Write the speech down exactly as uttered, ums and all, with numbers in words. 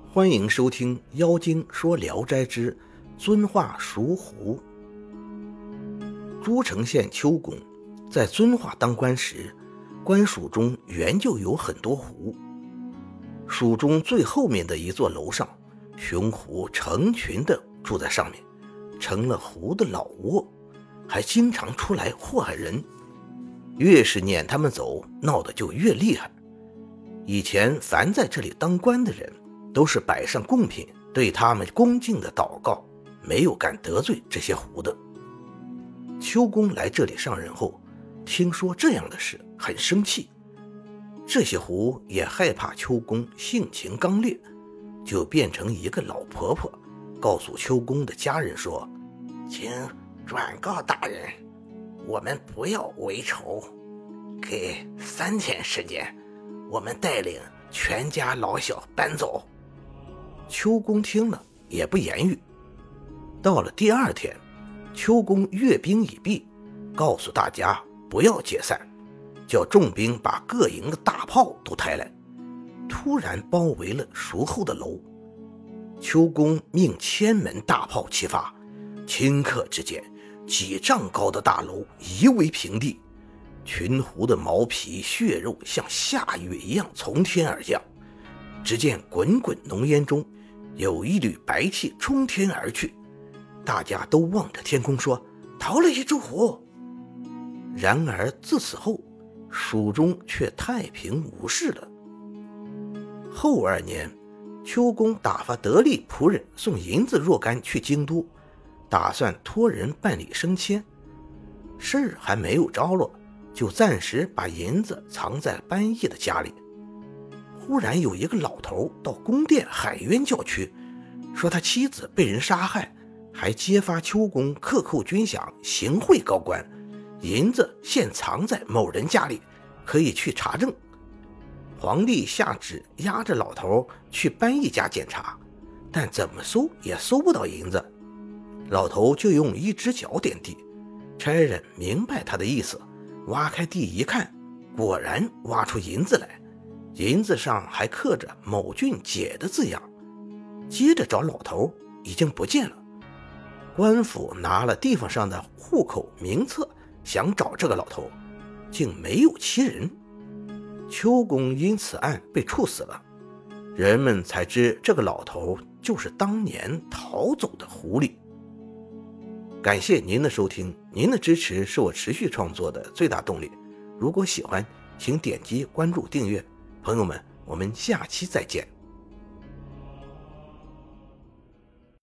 欢迎收听《妖精说聊斋之遵化蜀虎》。诸城县邱公在遵化当官时，官署中原就有很多湖。蜀中最后面的一座楼上，雄狐成群地住在上面，成了湖的老窝，还经常出来祸害人。越是撵他们走，闹得就越厉害。以前凡在这里当官的人，都是摆上贡品，对他们恭敬的祷告，没有敢得罪这些狐的。邱公来这里上任后，听说这样的事，很生气。这些狐也害怕邱公性情刚烈，就变成一个老婆婆，告诉邱公的家人说：请转告大人，我们不要为仇，给三天时间，我们带领全家老小搬走。邱公听了也不言语。到了第二天，邱公阅兵已毕，告诉大家不要解散，叫众兵把各营的大炮都抬来，突然包围了蜀后的楼。邱公命千门大炮齐发，顷刻之间，几丈高的大楼夷为平地，群狐的毛皮血肉像下雨一样从天而降。只见滚滚浓烟中，有一缕白气冲天而去，大家都望着天空说：逃了一只狐。然而自此后，蜀中却太平无事了。后二年，邱公打发得力仆人送银子若干去京都，打算托人办理升迁。事儿还没有着落，就暂时把银子藏在班义的家里。忽然有一个老头到宫殿喊冤叫屈，说他妻子被人杀害，还揭发邱公克扣军饷，行贿高官，银子现藏在某人家里，可以去查证。皇帝下旨押着老头去班义家检查，但怎么搜也搜不到银子。老头就用一只脚点地，差人明白他的意思，挖开地一看，果然挖出银子来，银子上还刻着某郡解的字样。接着找老头，已经不见了。官府拿了地方上的户口名册，想找这个老头，竟没有其人。邱公因此案被处死了，人们才知这个老头就是当年逃走的狐狸。感谢您的收听，您的支持是我持续创作的最大动力。如果喜欢，请点击关注订阅。朋友们，我们下期再见。